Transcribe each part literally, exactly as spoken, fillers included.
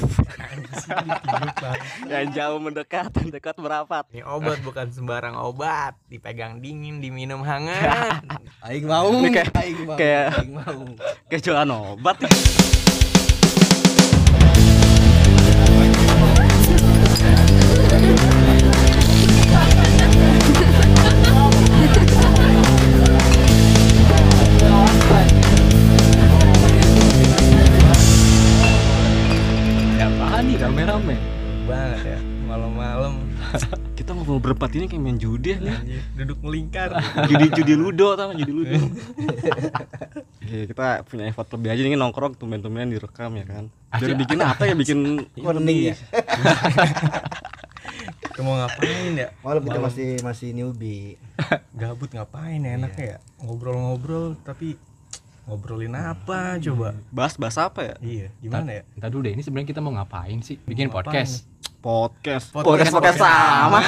Yang jauh mendekat, mendekat merapat. Ini obat bukan sembarang obat, dipegang dingin, diminum hangat. Aing mau, Ini kayak aing mau, kayak aing mau. kayak jualan obat. Ya apaan nih rame-rame Banget ya, malam-malam Kita ngobrol berempat ini kayak main judi ya. anjir, duduk melingkar. Judi-judi ludo tau, judi ludo. Ya, kita punya effort lebih aja nih nongkrong tumben-tumbenan direkam ya kan. Jadi bikin apa ya, bikin Warning ya. Kita mau ngapain ya? Malam kita masih masih newbie. Gabut ngapain ya enaknya ya? Ngobrol-ngobrol tapi ngobrolin apa coba? bahas-bahas apa ya? Iya, gimana ya? Entar dulu deh, ini sebenarnya kita mau ngapain sih? Bikin Mau podcast. Podcast. Podcast, Podcast podcast sama.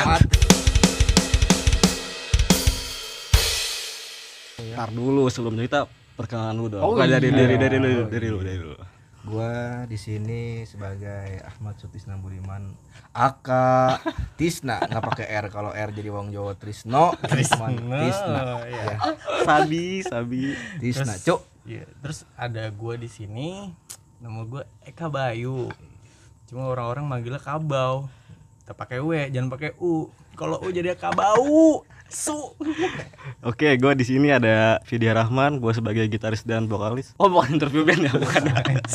Ntar dulu sebelum kita perkenalan dulu dong. Oh, Bukan dari iya. dari dari lu, dari lu, dari lu. Gua di sini sebagai Ahmad Sutisna Budiman, Aka Tisna, nggak pakai R. Kalau R jadi wong Jawa Trisno, Trisman Tisna. Oh, iya. Ya, Sabi, Sabi. Tisna, Terus- Cuk. Iya, terus ada gua di sini. Nama gua Eka Bayu. Cuma orang-orang manggilnya Kabau. Kita pakai W, jangan pakai U. Kalau U jadi Kabau. Su. Oke, gue di sini ada Vidya Rahman, gue sebagai gitaris dan vokalis. Oh, bukan interview band ya, bukan.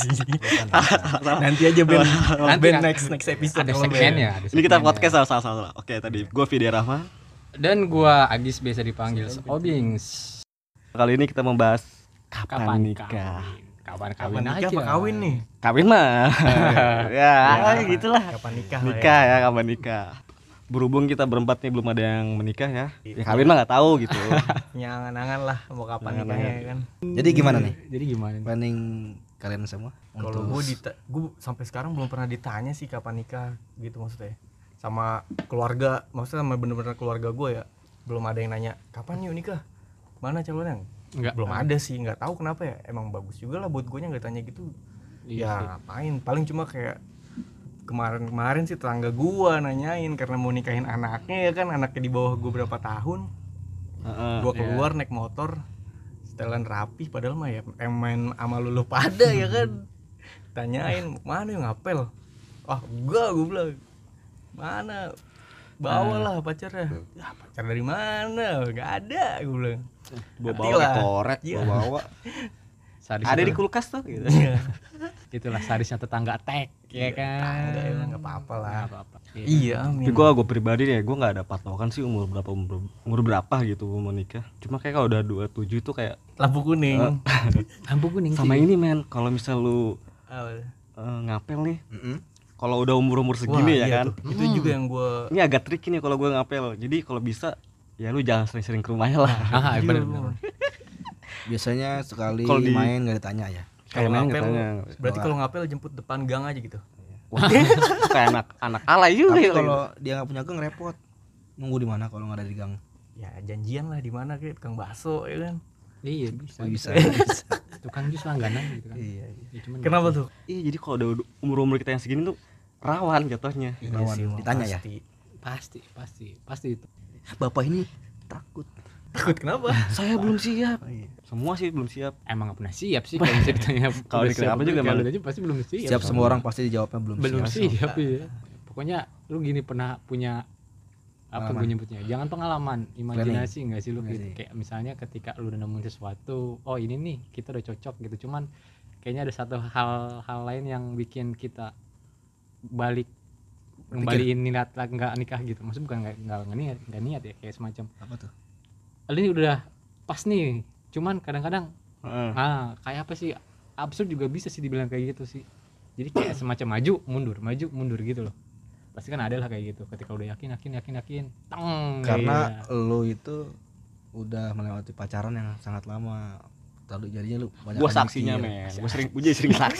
Nanti aja band, Nanti, band nanti. next next episode Ada kalau band. segmennya, ada Ini kita segmennya. podcast salah salah salah. Oke, tadi gue Vidya Rahman. Dan gua Agis biasa dipanggil Obings. Kali ini kita membahas kapan, Kapan nikah. kawin? Kapan Kapan kawin nikah aja? apa kawin nih? Kawin mah. ya, Ya, gitulah. Kapan nikah? lah Nikah ya, kapan nikah. Berhubung kita berempat nih belum ada yang menikah ya. Ya kawin mah nggak tahu gitu. Punya angan-angan lah mau kapan Angan-angan. nikahnya kan. Jadi gimana nih Jadi gimana nih? planning kalian semua? Kalau untuk- gue dita gue sampai sekarang belum pernah ditanya sih kapan nikah gitu maksudnya. Sama keluarga, maksudnya sama bener-bener keluarga gue ya. Belum ada yang nanya kapan yuk nikah. Mana calonnya? Enggak. Belum ada sih, nggak tahu kenapa ya. Emang bagus juga lah buat gue nya nggak tanya gitu. Iya Ya ngapain? Paling cuma kayak kemarin-kemarin sih tetangga gua nanyain karena mau nikahin anaknya ya kan, anaknya di bawah gua berapa tahun. Heeh. Gua keluar naik motor setelan rapi padahal mah ya em main sama lulu pada ya kan. Tanyain mana yang ngapel. Wah, gua gua bilang mana bawalah pacarnya. Ya pacar dari mana? Gak ada gua bilang. Bawa Nanti bawa lah. korek, Iya. bawa bawa. Sadis Ada itu- di kulkas tuh gitu. Iya. Itulah sadisnya tetangga tek, ya kan. Enggak emang enggak apa-apa lah. Nggak apa-apa. Iya, amin. Tapi gue gue pribadi nih, gue nggak ada patokan sih umur berapa umur, umur berapa gitu gua mau nikah. Cuma kayak kalau udah dua puluh tujuh tuh kayak Lampu kuning. Lampu kuning sama sih. ini men. Kalau misal lu Oh. eh, ngapel nih, Mm-mm. kalau udah umur umur segini Wah, ya iya kan. tuh. Itu juga yang gua Ini agak tricky nih kalau gue ngapel. Jadi kalau bisa ya lu jangan sering-sering ke rumahnya lah. Ah, Iya, benar-benar. Biasanya sekali Kalau di- main nggak ditanya ya. kalau Kayak main ngapel katanya. berarti kalau ngapel jemput depan gang aja gitu. Wah, kayak anak anak alay juga Tapi ya. kalau dia nggak punya gang repot. Nunggu di mana kalau nggak ada di gang? Ya janjian lah di mana kayak tukang bakso ya kan. Iya bisa. Oh, bisa. Tukang jus langganan gitu kan. Iya. Ya, cuman Kenapa tuh? Iya, jadi kalau udah umur-umur kita yang segini tuh rawan jatuhnya. Rawan, Emang ditanya ya? pasti. Pasti, pasti, pasti itu. Bapak ini takut. Takut kenapa? Saya belum siap. Oh, iya. Semua sih belum siap. Emang nggak pernah siap sih kalau bisa ditanya. Kalau udah ditanya siap apa juga kalau emang. aja pasti belum siap. Siap semua orang pasti dijawabnya belum, belum siap. siap ya. Pokoknya lu gini pernah punya apa Pengalaman. gue nyebutnya? Jangan pengalaman, imajinasi enggak sih lu Nggak gitu. sih. Kayak misalnya ketika lu udah nemuin sesuatu, oh ini nih kita udah cocok gitu. Cuman kayaknya ada satu hal hal lain yang bikin kita balik ngembaliin niat lah nggak nikah gitu. Maksudnya bukan nggak nggak nggak niat nggak niat ya, kayak semacam Apa tuh? lu ini udah pas nih. Cuman kadang-kadang Heeh. ah kayak apa sih, absurd juga bisa sih dibilang kayak gitu sih. Jadi kayak semacam maju mundur maju mundur gitu loh. Pasti kan ada lah kayak gitu. Ketika udah yakin yakin yakin yakin tang, Karena iya. lo itu udah melewati pacaran yang sangat lama. Lalu jadinya lu banyak Gua kan saksinya mikir. men. Gua sering gua jadi sering saksi.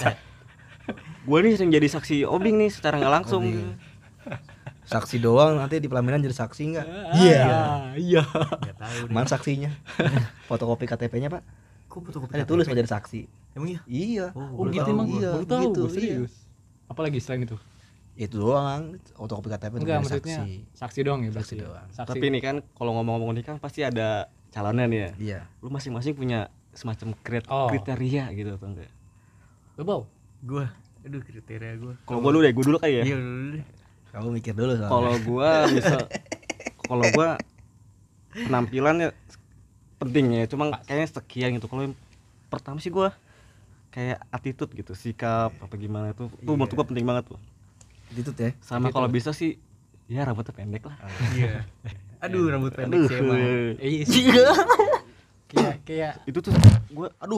Gua nih sering jadi saksi obing nih secara nggak langsung. Obing. Saksi doang, nanti di pelaminan jadi saksi enggak? Iya iya. Enggak tahu deh. Mana saksinya? Fotokopi K T P-nya, Pak. Kok fotokopi Ada K T P? tulis mau jadi saksi. Emang iya? Iya. Oh baru gitu tahu emang gua. Iya, baru tahu gitu, gua, iya. serius. Apalagi selain itu? Itu doang, fotokopi K T P Enggak, untuk maksudnya saksi. saksi doang ya berarti. Saksi doang. Saksi. Tapi ini kan kalau ngomong-ngomong nikah pasti ada calonnya nih ya. Iya. Lu masing-masing punya semacam krit- Oh. kriteria gitu atau enggak? Lu bau? Gua aduh kriteria gua. Kalau gua dulu deh, gua dulu kali ya. Iya dulu deh. Kamu mikir dulu soalnya. Kalau gua bisa kalau gua penampilannya penting ya, cuma kayaknya sekian gitu. Kalau yang pertama sih gua kayak attitude gitu, sikap apa gimana itu. Tuh menurut gua penting banget tuh. Itu ya. Sama kalau bisa sih ya rambutnya pendek lah. Iya. Aduh rambut pendek sih emang. Iya sih. kayak kayak Itu tuh gua aduh.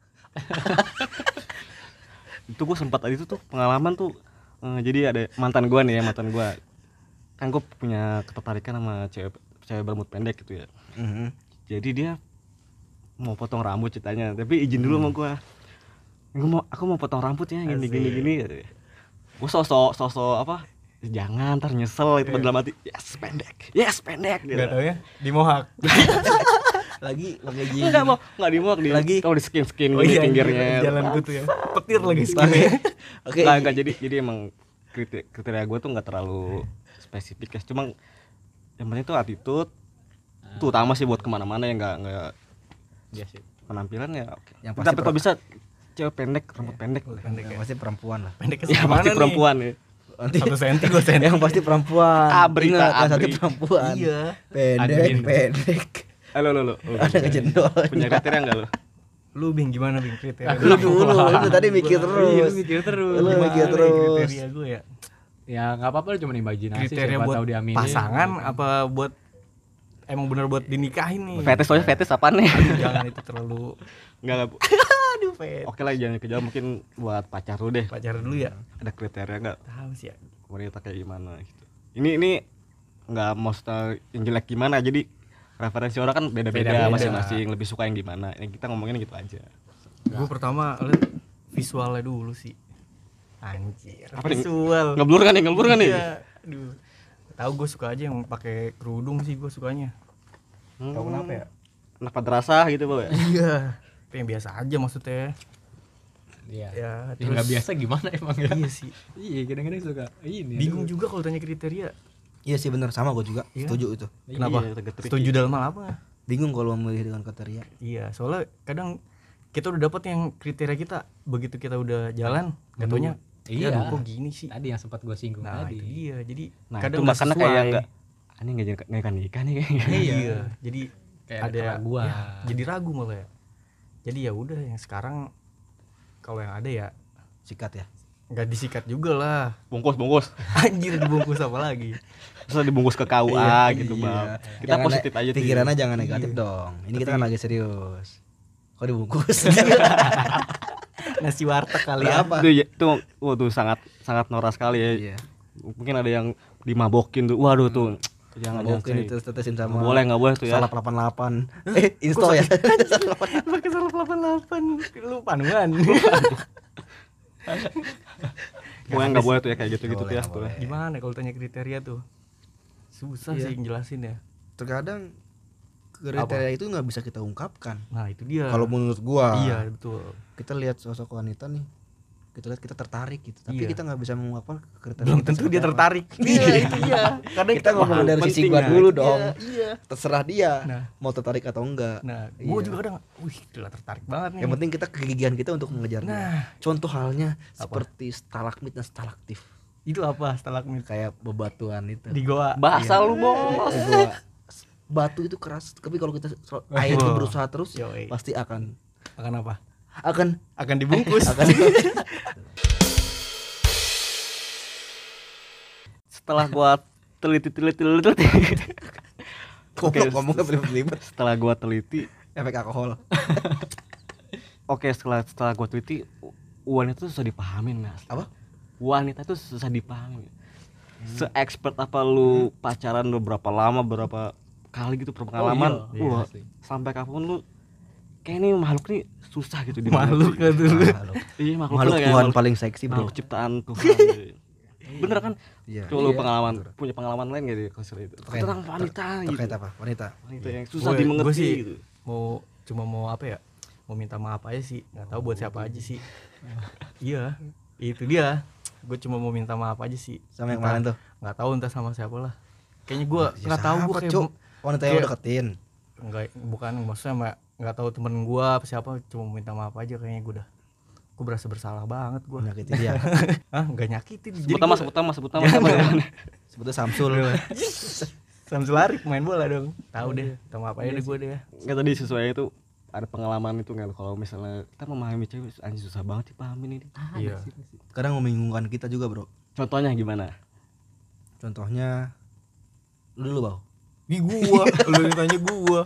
Itu gua sempat tadi itu tuh pengalaman tuh eh, jadi ada mantan gua nih ya, mantan gua. Kan gua punya ketertarikan sama cewek cewek berambut pendek gitu ya. Mhm. Jadi dia mau potong rambut ceritanya, tapi izin dulu sama gua. Gua mau aku mau potong rambut ya gini gini gini. Gua sosok sosok apa? Jangan ntar nyesel itu dalam hati. Yes pendek. Yes pendek gitu. Enggak tahu ya di mohak. Lagi pakai gigi. Enggak mau, enggak di muak di. Lagi. Kalau di skin-skin Oh gini iya pinggirnya. jalan gua tuh ya. Petir lagi skinnya. Oke. Enggak enggak jadi jadi emang kriteria, kriteria gua tuh enggak terlalu spesifik ya. Cuma yang penting tuh attitude. Itu utama sih buat kemana-mana ya, enggak enggak dia sih. penampilan ya oke. Yang pasti Tapi per- kalau bisa cewek pendek, rambut pendek. Pendek ya. Pasti perempuan lah. Pendek ke Ya mana pasti nih? perempuan ya. Nanti Satu senti gua senti. yang pasti perempuan. Abri, Ingat, tak, yang satu abri. perempuan. Iya. Pendek, Admin. pendek. Halo lo lo. Ada ngejendol. Punya kriteria enggak lo? Lu Bing gimana Bing kriteria? Lu dulu, lu tadi mikir Iya, terus. lu mikir terus. Lu Gimana mikir nih terus. Kriteria gue ya. Ya enggak apa-apa lu cuma imajinasi Kriteria siapa buat tahu diaminin. pasangan apa buat emang bener buat dinikahin nih? Fetis soalnya fetis apaan nih? Aduh, jangan itu terlalu Enggak enggak. aduh fet. Oke lah jangan kejauh mungkin buat pacar lu deh. Pacaran dulu ya. Ada kriteria enggak? Tahu sih ya. Wanita kayak gimana gitu. Ini ini enggak maksudnya yang jelek gimana. Jadi referensi orang kan beda-beda Beda-beda. masing-masing, lebih suka yang gimana. Yang kita ngomongin gitu aja. Gue pertama liat visualnya dulu sih. Anjir. Apa nih? Visual. Ngeblur kan nih, ngeblur kan nih? Iya. Aduh. Tahu gue suka aja yang pakai kerudung sih gue sukanya. Hmm. Tahu kenapa ya? Anak madrasah gitu, Bang ya. Iya. Tapi yang biasa aja maksudnya. Iya. Ya, Ya enggak terus biasa gimana emang ya? iya sih. Iya, kadang-kadang suka ini. Bingung juga kalau tanya kriteria. Iya sih benar sama gue juga. Iya. Setuju itu. Kenapa? Iya, agak tricky. Setuju dalam hal apa? Bingung kalau memilih dengan kriteria. Iya, soalnya kadang kita udah dapet yang kriteria kita, begitu kita udah jalan, katanya Iya. ya kok gini sih. Tadi yang sempat gua singgung Nah, tadi. itu dia. Jadi Nah, kadang itu nggak makanya sesuai. kayak enggak aneh enggak jadi nikah nikah nih kayaknya. Iya. Jadi Kayak ada ada keraguan. ya, jadi ragu malah ya. Jadi ya udah yang sekarang kalau yang ada ya Sikat ya. nggak disikat juga lah. Bungkus bungkus. Anjir dibungkus apa lagi? Terus dibungkus ke K U A gitu, Bang. Kita Jangan positif ne- aja tuh. Pikirannya jangan negatif Iya. dong. Ini kita kan lagi serius. Kok dibungkus? Nasi warteg kali ya. Apa? Itu, ya- itu waduh sangat sangat norak sekali ya. Iya. Mungkin ada yang dimabokin tuh. Waduh tuh. Jangan jangan Mungkin say. itu tetesin Nggak sama boleh enggak boleh tuh ya. Salah delapan delapan. Eh, install ya. Pakai salah delapan delapan lu panuan. Pokoknya enggak boleh tuh ya kayak gitu-gitu Nggak tuh ya. boleh, Tuh ya. nggak Gimana kalau tanya kriteria tuh? Susah Iya. sih ngejelasin ya. Terkadang kriteria itu nggak bisa kita ungkapkan. Nah, itu dia. Kalau menurut gua, iya, betul. kita lihat sosok wanita nih, kita lihat kita tertarik gitu. Tapi Iya. kita nggak bisa mengungkapkan kriteria. Belum kita tentu seperti dia apa. tertarik. Iya, itu dia. Kadang Kita ngomong dari sisi penting, gua nah. dulu Iya, dong. Iya. Terserah dia Nah. mau tertarik atau enggak. Nah, Iya. gua juga kadang, wih, gila tertarik banget nih. Yang penting kita kegigihan kita untuk mengejar dia. Nah. Contoh halnya seperti stalagmit dan stalaktif. Itu apa stalagmit? Kayak bebatuan itu. Di goa. Bahasa Iya. lu, Bos. Itu gua- batu itu keras, tapi kalau kita so- air itu berusaha terus Yoi. pasti akan Akan apa? akan Akan dibungkus. akan Setelah gua teliti-teliti teliti. Goblok ngomongnya belibet-belibet. Setelah gua teliti, Efek alkohol. oke setelah setelah gua teliti wanita tuh susah dipahamin, Mas. Apa? Wanita tuh susah dipahamin. Se-expert apa lu pacaran lu berapa lama, berapa kali gitu pengalaman, Oh, iya. Iya, wah, asli. sampai kapan lu kayak ini makhluk nih susah gitu di Makhluk kan dulu. Makhluk, Iya, makhluk, makhluk tuh kayak Tuhan makhluk- paling seksi, Bro. makhluk ciptaan Tuhan. Bener kan? Iya. Coba lu Iya. pengalaman, punya pengalaman lain gak di konser itu? Terkait- Tentang wanita ter- gitu. Terkait apa? Wanita. Wanita yang susah Gua- dimengerti gua sih gitu. Mau cuma mau apa ya? Mau minta maaf aja sih. Nggak tahu buat siapa aja sih. Iya, itu dia. gue cuma mau minta maaf aja sih. Sama yang Entah- kemarin tuh. nggak tahu entah sama siapa lah. Kayaknya gue Ya nggak tahu gue siapa, kayak Cuk? Wanita yang kayak- lo deketin. nggak bukan maksudnya sama nggak tahu temen gue apa siapa, cuma mau minta maaf aja. Kayaknya gue udah gue berasa bersalah banget gue. Menyakiti dia. Ah nggak nyakitin. Sebut nama, sebut nama, sebut nama siapa ya? Sebetulnya Samsul. Samsul Arif main bola dong. Tahu deh, minta maaf aja deh gue deh. Nggak, tadi sesuai itu ada pengalaman itu nggak, kalau misalnya kita memahami cewek anjing susah banget dipahamin ini. Iya. Kadang membingungkan kita juga, Bro. Contohnya gimana? Contohnya lu dulu, Bau. Ih gua, lu yang tanya gua.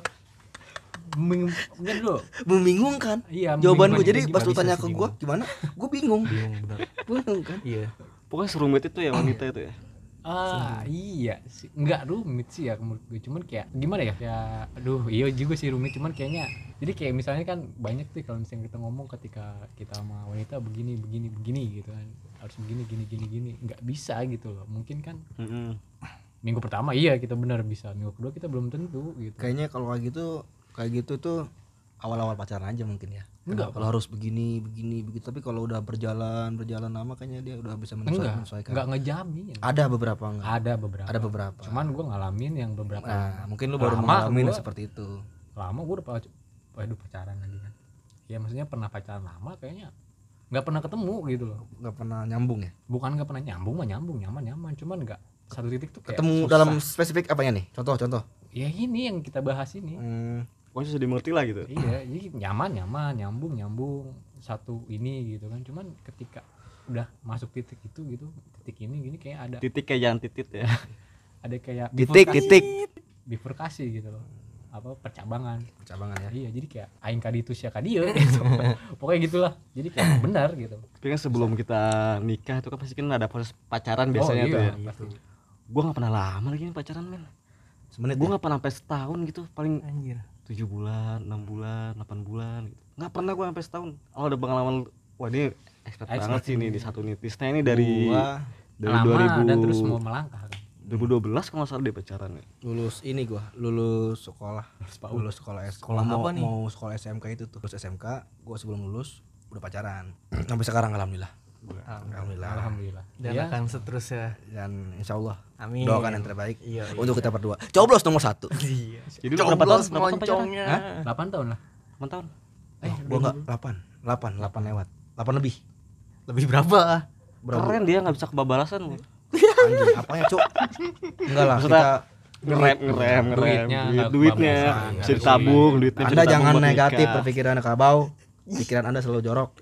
Enggak dulu. Membingungkan. Iya. Jawaban gue membingungkan. jadi pas lu bisa tanya sih ke bingung. gue gimana? Gue bingung. Bingung bener. Bingung kan? Iya. Pokoknya serumit itu ya wanita itu ya. Ah iya sih, nggak rumit sih ya menurut gue, cuman kayak gimana ya, ya aduh iya juga sih rumit, cuman kayaknya jadi kayak misalnya kan banyak tuh kalau misalnya kita ngomong ketika kita sama wanita begini begini begini gitu kan, harus begini gini gini gini, nggak bisa gitu loh, mungkin kan Mm-mm. minggu pertama iya kita benar bisa, minggu kedua kita belum tentu gitu. Kayaknya kalau kayak gitu kayak gitu tuh awal-awal pacaran aja mungkin ya. Enggak, Kalau harus begini begini begitu, tapi kalau udah berjalan berjalan lama kayaknya dia udah bisa menyesuaikan. enggak menyesuaikan. enggak ngejamin, Ada beberapa enggak. ada beberapa Ada beberapa. cuman gue ngalamin yang beberapa Nah, mungkin lu baru lama mengalami gua- seperti itu. lama gue udah pac- waduh pacaran lagi kan ya, maksudnya pernah pacaran lama kayaknya nggak pernah ketemu gitu loh, Nggak pernah nyambung ya. bukan nggak pernah nyambung mah nyambung nyaman nyaman, cuman nggak satu titik tuh kayak Ketemu susah. dalam spesifik apanya nih? Contoh contoh. ya ini yang kita bahas ini. Hmm, Pokoknya sudah dimengerti lah gitu. Iya, jadi nyaman nyaman nyambung nyambung satu ini gitu kan, cuman ketika udah masuk titik itu gitu, titik ini gini kayak ada Titik kayak jangan titit ya. ada kayak titik bifurkasi- titik. bifurkasi gitu loh, apa percabangan. Cabangan ya. Iya, jadi kayak aing kaditu sia kadia gitu. Pokoknya gitulah, jadi kayak benar gitu. Tapi kan sebelum kita nikah itu kan pasti kan ada proses pacaran biasanya oh, tuh iya, ya. pasti. Gue nggak pernah lama lagi nih pacaran men. Semenit. Gue ya? nggak pernah sampai setahun gitu, paling Anjir. tujuh bulan, enam bulan, delapan bulan gitu. Nggak pernah gue sampai setahun. Oh ada pengalaman, wah ini expert Expert banget sih ini. nih di satu nitisnya ini dari Gua dari Lama dua ribu dan terus mau melangkah kan. dua ribu dua belas kalau nggak salah dia pacaran ya. lulus ini gua, lulus sekolah. PAUD. Lulus sekolah S. Sekolah mau, apa nih? Mau sekolah S M K itu tuh. Lulus S M K, gua sebelum lulus udah pacaran. Sampai sekarang alhamdulillah. Alhamdulillah. Alhamdulillah. Dan Ya, akan seterusnya. Dan insya Allah Amin. doakan yang terbaik Iya. iya. untuk kita berdua. Coblos nomor satu. Iya. Jadi lu berapa tahun? Coblos Berapa tahun pacaran? moncongnya. Hah? delapan tahun lah. delapan tahun. Eh, gua enggak delapan, delapan, delapan lewat. delapan lebih. Lebih berapa? Berapa? Keren dia nggak bisa kebabalasan lu. Anjing, apanya, Cuk? Enggak lah, Maksudnya, kita Ngerem, ngerem, ngerem. Duitnya Duit, nggak duitnya kebablasan, bisa nggak ditabung, duitnya bisa Anda ditabung jangan buat negatif nikah. berpikiran kabau. Pikiran Anda selalu jorok.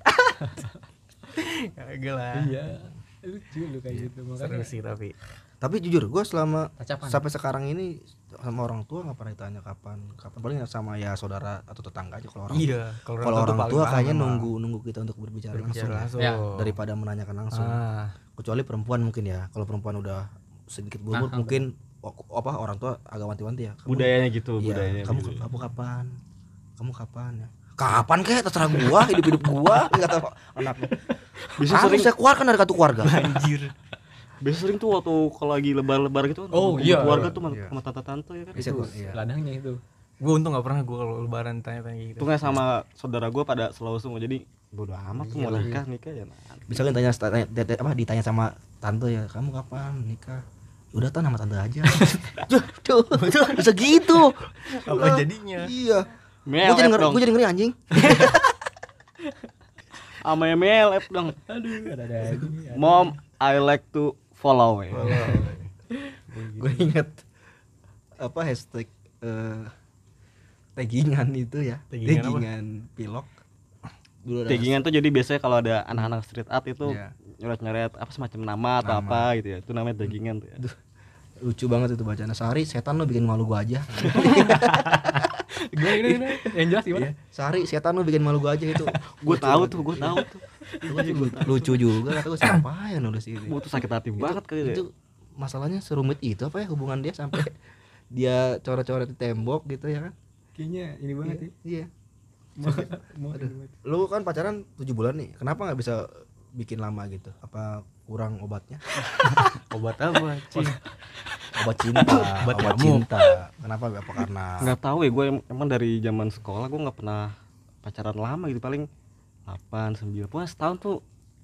Kagak lah. Iya. Lucu lu kayak gitu Seru makanya. sih tapi. Tapi jujur, gue selama Tacapan. sampai sekarang ini sama orang tua nggak pernah ditanya kapan, kapan paling sama ya saudara atau tetangga aja. Kalau orang Iya. Kalau kalau orang paling tua paham kayaknya emang. nunggu nunggu kita untuk berbicara, Berbicara langsung, langsung. Ya. daripada menanyakan langsung. Ah. Kecuali perempuan mungkin ya. Kalau perempuan udah sedikit berumur Nah, mungkin o- apa orang tua agak wanti-wanti ya. Kamu- Budayanya gitu, iya, budayanya. kamu gitu. kamu kapan? Kamu kapan ya? Kapan kek terserah gua, hidup-hidup gua kata anaknya. Bisa Kamu sering, saya keluarkan dari kartu keluarga. Anjir. bisa sering tuh waktu kalau lagi lebar-lebar gitu kan. Oh, kumpul iya. keluarga tuh sama, Iya. sama tante-tante ya kan. Bisa gua, iya. Ladangnya itu. Gue untung gak pernah gue kalau lebaran tanya-tanya gitu. Itu nggak sama saudara gue pada selalu semua, jadi bodo amat tuh mau nikah nikah ya. Nah. Bisa kan tanya, tanya, tanya- apa ditanya sama tante ya, kamu kapan nikah? Udah tuh nama tante aja. Tuh, tuh, bisa gitu. Apa jadinya? Iya. Gue Melep jadi ngeri, dong. gue jadi ngeri anjing. Sama melep dong. Aduh, ada-ada aja nih. Mom, I like to follow ya. Gue inget apa hashtag eh, taggingan itu ya. Taggingan apa? Taggingan pilok. Dulu ada Taggingan tuh jadi biasanya kalau ada anak-anak street art itu Iya. nyoret-nyoret apa semacam nama atau Nama. apa gitu ya. Itu namanya taggingan tuh ya. lucu banget itu bacaan. Sehari setan lu bikin malu gua aja. Gimana, gimana, gimana? Yang jelas gimana? Iya. Sehari setan lu bikin malu gua aja itu. Gue tahu tuh, gue tahu tuh. Lucu, lucu juga kata gua siapa yang nulis ini. Gue tuh sakit hati banget kali ya. Itu masalahnya serumit itu apa ya hubungan dia sampai dia coret-coret di tembok gitu ya kan. Kayaknya ini banget ya. Iya. Mau Aduh. Lu kan pacaran tujuh bulan nih. Kenapa nggak bisa bikin lama gitu? Apa kurang obatnya? Obat apa? Cing. Obat cinta, Obat obat nyamuk. cinta. Kenapa? Apa karena Nggak tahu ya, gue emang dari zaman sekolah gue nggak pernah pacaran lama gitu, paling delapan sembilan pokoknya setahun tuh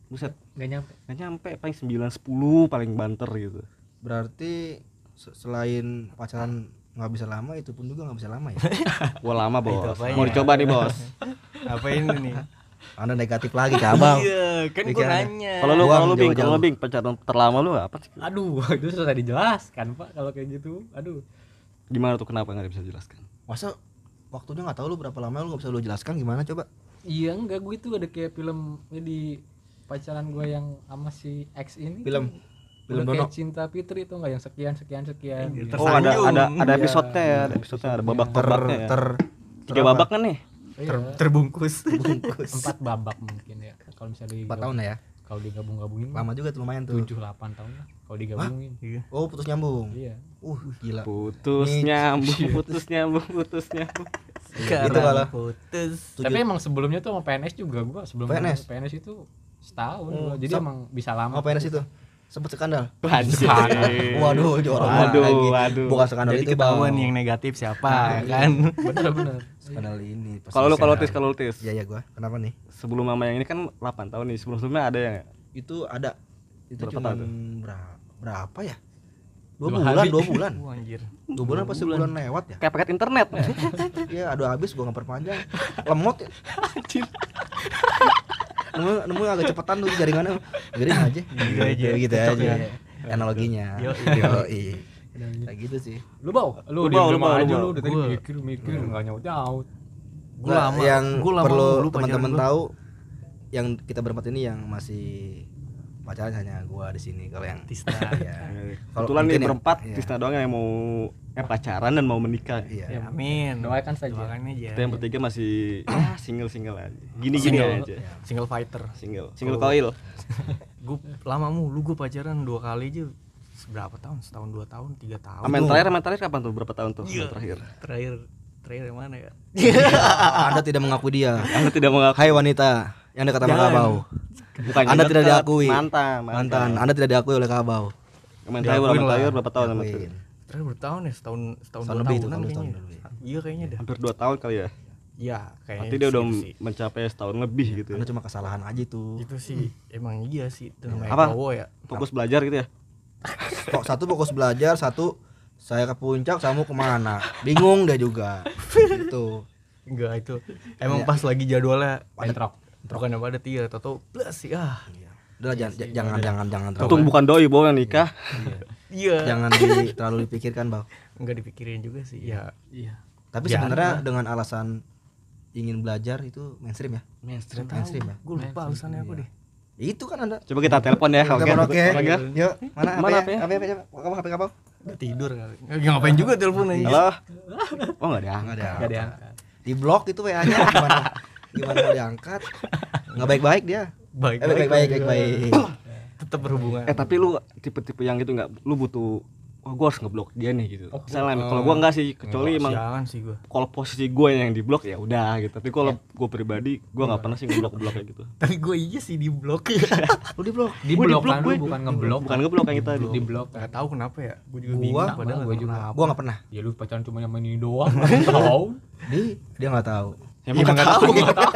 buset nggak nyampe. nggak nyampe, paling sembilan sepuluh paling banter gitu. Berarti se- selain pacaran nggak bisa lama, itu pun juga nggak bisa lama ya. Gua lama Itu bos, apanya? mau dicoba nih bos. Apa ini nih? Anda negatif lagi ke abang. Iya, kan gua Pikirannya. nanya. Kalau lu Buang kalau lu bing, jauh-jauh. kalau lu bing pacaran terlama lu apa sih? Aduh, itu susah dijelaskan pak kalau kayak gitu. Aduh. Gimana tuh, kenapa nggak bisa jelaskan? Masa waktunya nggak tahu lu berapa lama, lu nggak bisa lu jelaskan gimana coba? Iya enggak, gue itu ada kayak film di pacaran gue yang sama si X ini. Film? tuh, Film udah Dono? kayak Cinta Fitri itu enggak yang sekian sekian sekian. Anjir, gitu. Oh ada Tersanjung. ada ada Iya. episode-nya ya, ada episode-nya, ada babak Ter babaknya ya. ter Tiga apa? babak kan nih? Iya, Ter- terbungkus. bungkus. empat babak mungkin ya. Kalau misalnya Empat tahun ya? kalau digabung-gabungin Lama juga tuh, lumayan tuh. tujuh delapan tahun lah kalau digabungin. Iya. Oh putus nyambung. Iya. Uh gila. Putus Nih. nyambung, putus nyambung, putus nyambung. Sekarang Itu kalau- putus. Tujuh- Tapi emang sebelumnya tuh sama P N S juga gua sebelum P N S? P N S itu setahun Oh, gua. Jadi sam- emang bisa lama. Oh P N S itu sempet skandal. Anjir. Waduh, jorok Waduh, lagi. waduh. Bukan skandal Jadi itu ketahuan Bang. yang negatif siapa ya kan? Bener bener. Skandal ini. pas Kalau lu kalau skandal. tis kalau lu tis. Iya ya gua. Kenapa nih? Sebelum mama yang ini kan delapan tahun nih. Sebelum-sebelumnya ada yang Itu ada. Itu Berapa cuma tahun tuh? berapa, berapa ya? Dua, Dua bulan, hari. dua bulan. Wah, anjir. Dua bulan pasti bulan lewat ya? kayak paket internet. Iya, aduh habis gua nggak perpanjang. Lemot ya. nemu, nemu agak cepetan tuh jaringannya. Giring aja. Gitu aja. Gitu Cocok aja. ya. Analoginya. Yo, Yoi. Kayak gitu sih. Lu bau? Lu, Lu di bau, lu rumah bau, lu aja bau. lu udah tadi Gua- mikir-mikir enggak nyaut-nyaut. Gua Nggak, lama. yang Gua lama perlu dulu pacaran teman-teman gua. tahu, yang kita berempat ini yang masih pacaran hanya gua di sini. Kalau yang Tisna. ya. Kalau Kebetulan nih mungkin ya- berempat iya. Tisna doang yang mau eh pacaran dan mau menikah. Iya. Ya, Amin. Doakan saja. Doakan aja. Kita yang bertiga masih ya single-single aja. Gini-gini Single. aja. Single fighter. Single. Single coil. Gue lama mulu gue pacaran dua kali aja. Berapa tahun? Setahun, dua tahun, tiga tahun. Amen terakhir, amen terakhir kapan tuh? Berapa tahun tuh? Iya. Amen terakhir. Terakhir, terakhir yang mana ya? Anda tidak mengakui dia. Anda tidak mengaku. Hai wanita yang dekat sama Jangan. Kabau. Bukan Anda tidak dekat, diakui. Mantan, Mantan, Anda tidak diakui oleh Kabau. Amen terakhir, Diakuin amen lah. terakhir berapa tahun? Amen Diakuin. terakhir? Terakhir bertahun ya? Setahun, setahun, Setahun dua lebih itu, tahunan tahun- kayaknya. setahun lebih. Iya kayaknya dah. Hampir dua tahun kali ya. Iya, kayaknya. Berarti dia udah segitu sih. mencapai setahun lebih gitu ya. Anda cuma kesalahan aja tuh. Itu sih emang iya sih itu namanya Apa? cowok ya. Fokus belajar gitu ya. Kok satu fokus belajar, satu saya ke puncak, kamu kemana? Bingung dia juga. Gitu. Enggak itu. Emang Iya. pas lagi jadwalnya Bentrok. bukan apa ada tiga atau plus sih ah. Udah jangan jangan jangan jangan Untung terlalu bukan doi bawa yang nikah. Iya. jangan di, terlalu dipikirkan, Bang. Enggak dipikirin juga sih. Ya. Iya. Tapi Jangan sebenarnya lah. dengan alasan ingin belajar itu mainstream ya? Mainstream. Mainstream ya? Gue lupa alasannya apa deh. Itu kan Anda. Coba kita telepon ya. Oke. Telepon, oke. Oke. Yuk, mana Mana H P-nya? H P-nya? H P-nya? Kamu H P kamu? Udah tidur kali. Ya, ngapain juga telepon aja. Halo. Oh enggak diangkat. Enggak ada. Enggak diangkat. Di blok itu W A-nya gimana? Gimana mau diangkat? Enggak baik-baik dia. Baik, Eh, baik-baik, baik-baik. Tetap berhubungan. Eh tapi lu tipe-tipe yang gitu enggak, lu butuh wah gua harus ngeblok dia nih gitu. Oh, Misalnya kalau gua enggak sih, kecuali emang Jangan sih gue. kalau posisi gue yang di blok ya udah gitu. Tapi kalau gue pribadi gue nggak pernah sih ngeblok-blok kayak gitu. Tapi gue iya sih di blok. Lu di blok. Di Gua di blok blok kan gue. lu bukan ngeblok. Bukan ngeblok yang kita di Di blok. Gak tahu kenapa ya. Gue juga Gua- bingung padahal gua gua juga. juga. Gua enggak pernah. Ya lu pacaran cuma sama ini doang. Tahu. Di dia enggak tahu. Emang nggak tahu.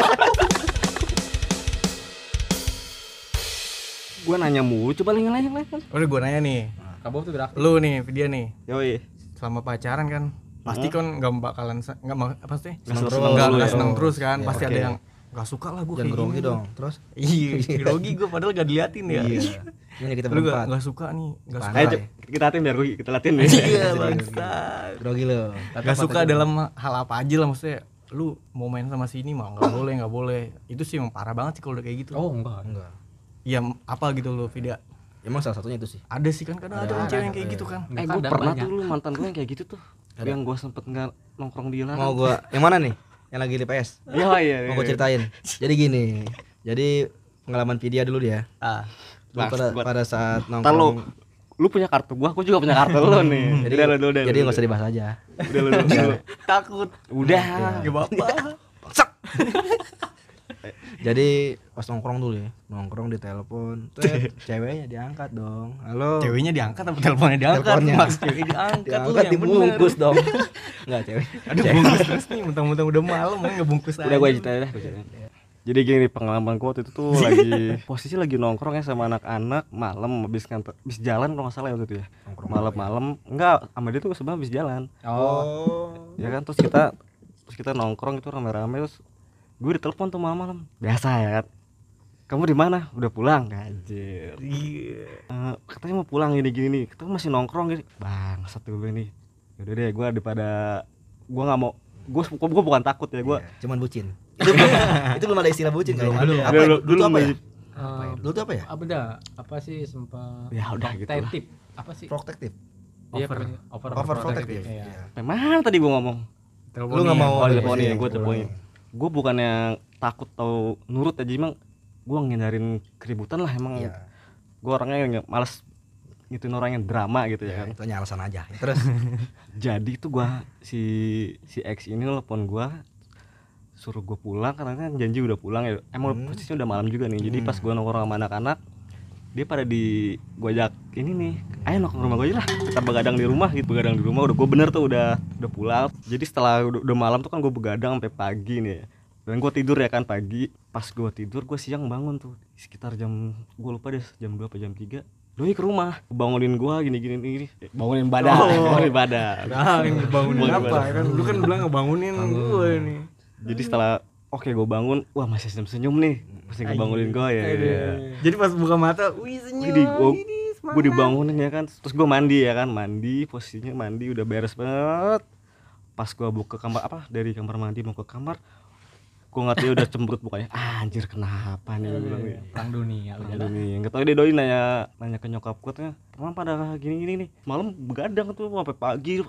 Gue nanya mulu, coba lagi nanya lagi kan. Udah gue nanya nih. Kabau tuh gerak. Lu nih, dia nih. Yoi. Selama pacaran kan pasti kan nggak bakalan se- nggak ma- apa sih? Seneng Nggak terus. nggak Dulu nggak ya. seneng terus kan. Iya, Pasti oke. ada yang nggak suka lah gue Jangan kayak grogi gini. dong. Terus Iya, grogi gue padahal gak diliatin ya. iya. Ini kita Lu gak, berempat. gak suka nih, gak suka. Pandai. Ayo cep- kita latihan biar gue kita latihan nih. Iya, bangsa. Grogi lu. Gak suka dalam hal apa aja lah maksudnya. Lu mau main sama sini mah nggak boleh, nggak boleh. Itu sih emang parah banget sih kalau udah kayak gitu. Oh enggak. Enggak. Ya apa gitu lo, Vida? Emang salah satunya itu sih. Ada sih kan kadang ada, Ada, orang cewek ada, yang kayak ada. gitu kan. Eh gue Kadang pernah banyak. tuh lu mantan gue yang kayak gitu tuh. Yang gue sempet nggak nongkrong di Mau larang. gua yang mana nih? Yang lagi di P S. Iya iya. Mau gua ceritain. Jadi gini. Jadi pengalaman Vidya dulu dia. Ah, Dulu Mas, pada gua- pada saat Ntar lu, nongkrong. lu punya kartu gua, aku juga punya kartu lu nih. Jadi udah lu dulu deh. jadi lu enggak usah dulu. dibahas aja. Udah lu dulu. dulu. takut. Udah. Gak apa-apa. Jadi pas nongkrong dulu ya, nongkrong di telepon, tet, ceweknya diangkat dong. Halo. Ceweknya diangkat apa teleponnya diangkat? Teleponnya. Mas, ceweknya diangkat, lu diangkat yang dibungkus bener. dong. Enggak cewek. Ada bungkus terus nih, mentang-mentang udah malam kan ngebungkus aja. Udah gue ceritain dah, gue ceritain. Jadi gini pengalaman gua waktu itu tuh lagi posisi lagi nongkrong ya sama anak-anak malam habis nganter habis jalan kalau nggak salah ya waktu itu ya. Malam-malam enggak sama dia tuh sebenarnya habis jalan. Oh. Ya kan terus kita terus kita nongkrong itu rame-rame terus gue ditelepon tuh malam-malam. Biasa ya kan. Kamu di mana? Udah pulang? Anjir. Iya. Eh, katanya mau pulang gini-gini nih. Kita masih nongkrong gini. Bang, satu gue nih. Yaudah deh gue daripada gue nggak mau gue gue bukan takut ya gue. Iya, cuman bucin. Itu belum, itu belum ada istilah bucin kayaknya. Belum. Apa? Dulu, Dulu, dulu apa ya? masih- Eh, Dulu tuh apa ya? apa dah apa sih sempat Ya udah gitu lah. protektif apa sih Protektif. Iya, Over. pokoknya over Overprotective. iya. Iya. Memang tadi gue ngomong. Lu nggak mau Oh, ada teleponin, posisi. gue teleponin. Gue bukannya takut atau nurut aja emang gue ngindarin keributan lah emang. Iya. Gue orangnya yang males ngituin orang yang drama gitu ya Ya, kan. itu hanya alasan aja. Terus Jadi itu gue si si X ini nelfon gue suruh gue pulang karena kan janji udah pulang ya. Emang Hmm. posisinya udah malam juga nih. Jadi pas gue nongkrong sama anak-anak dia pada di gue ajak ini nih, ayo nongkrong rumah gue aja lah, kita begadang di rumah gitu. Begadang di rumah udah gue bener tuh udah udah pulang. Jadi setelah udah, udah malam tuh kan gue begadang sampai pagi nih ya. Dan gue tidur ya kan pagi. Pas gue tidur gue siang bangun tuh sekitar jam gue lupa deh jam dua apa jam tiga. Doi ke rumah bangunin gue gini gini gini bangunin badan bangunin badan. Nah, ini bangunin Bangunin apa badan. kan? Lu kan bilang ngebangunin gue nih. Jadi setelah oke gue bangun, wah masih senyum senyum nih, masih ngebangunin gue ya. Aduh. ya. Jadi pas buka mata, wih senyum. Wih, di- gua- ini semangat. Gue dibangunin ya kan, terus gue mandi ya kan, mandi posisinya mandi udah beres banget. Pas gue buka kamar apa dari kamar mandi mau ke kamar, gue ngerti udah cemberut mukanya. Ah, anjir kenapa nih gue bilang ya. perang dunia udah Aduh nih, nggak tahu dia doi nanya nanya ke nyokap gue tuh, emang pada gini-gini nih, malam begadang tuh sampai pagi,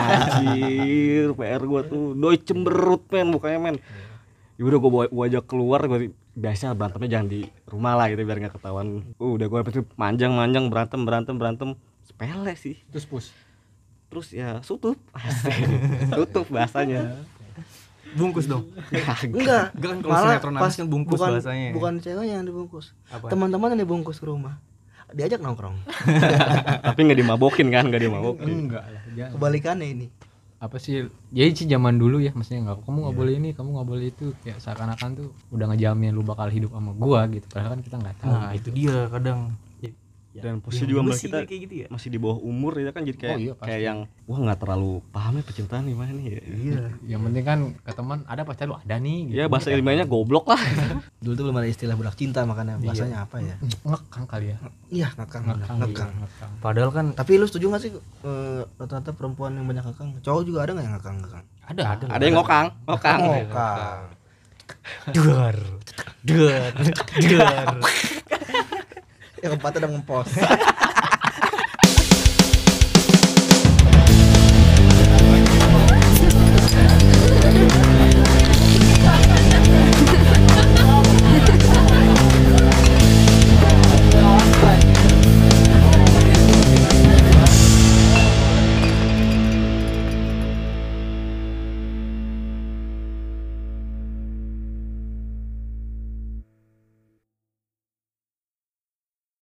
anjir, P R gue tuh, doi cemberut men mukanya men. Ya udah gue bawa gua ajak keluar, gue biasa berantemnya jangan di rumah lah gitu biar nggak ketahuan. Uh, udah gue manjang-manjang berantem berantem berantem sepele sih. terus push Terus ya tutup, tutup bahasanya. Bungkus dong. enggak. Enggak kan kalau Malah sinetron pas habis kan bungkus bukan, bahasanya. bukan ceweknya yang dibungkus. Apa? Teman-teman yang dibungkus ke rumah. Diajak nongkrong. Tapi nggak dimabokin kan, nggak dimabokin. enggak lah jangan. Kebalikannya ini. Apa sih jadi sih zaman dulu ya maksudnya nggak kamu nggak boleh ini kamu nggak boleh itu kayak seakan-akan tuh udah ngejamin lu bakal hidup sama gua gitu padahal kan kita nggak tahu. Nah, itu dia kadang. Dan posisi Yang juga dulu mbak sih kita kayak gitu ya. masih di bawah umur ya kan, jadi kayak Oh iya, pasti. kayak yang wah nggak terlalu paham ya percintaan gimana nih ya. Iya. Yang penting kan ke teman ada pacar lu ada nih gitu. Ya bahasa ilmiahnya goblok lah. Dulu tuh belum ada istilah budak cinta makanya bahasanya apa ya? ngekang kali ya. Iya, ngekang. Ngekang. Ngekang. iya, ngekang. Padahal kan Tapi lu setuju gak sih eh, rata-rata perempuan yang banyak ngekang? Cowok juga ada gak yang ngekang-ngekang? Ada ada. Ada yang ngokang, ngokang. Ngekang. duar. Duar. Duar. Yang keempat udah ngempos.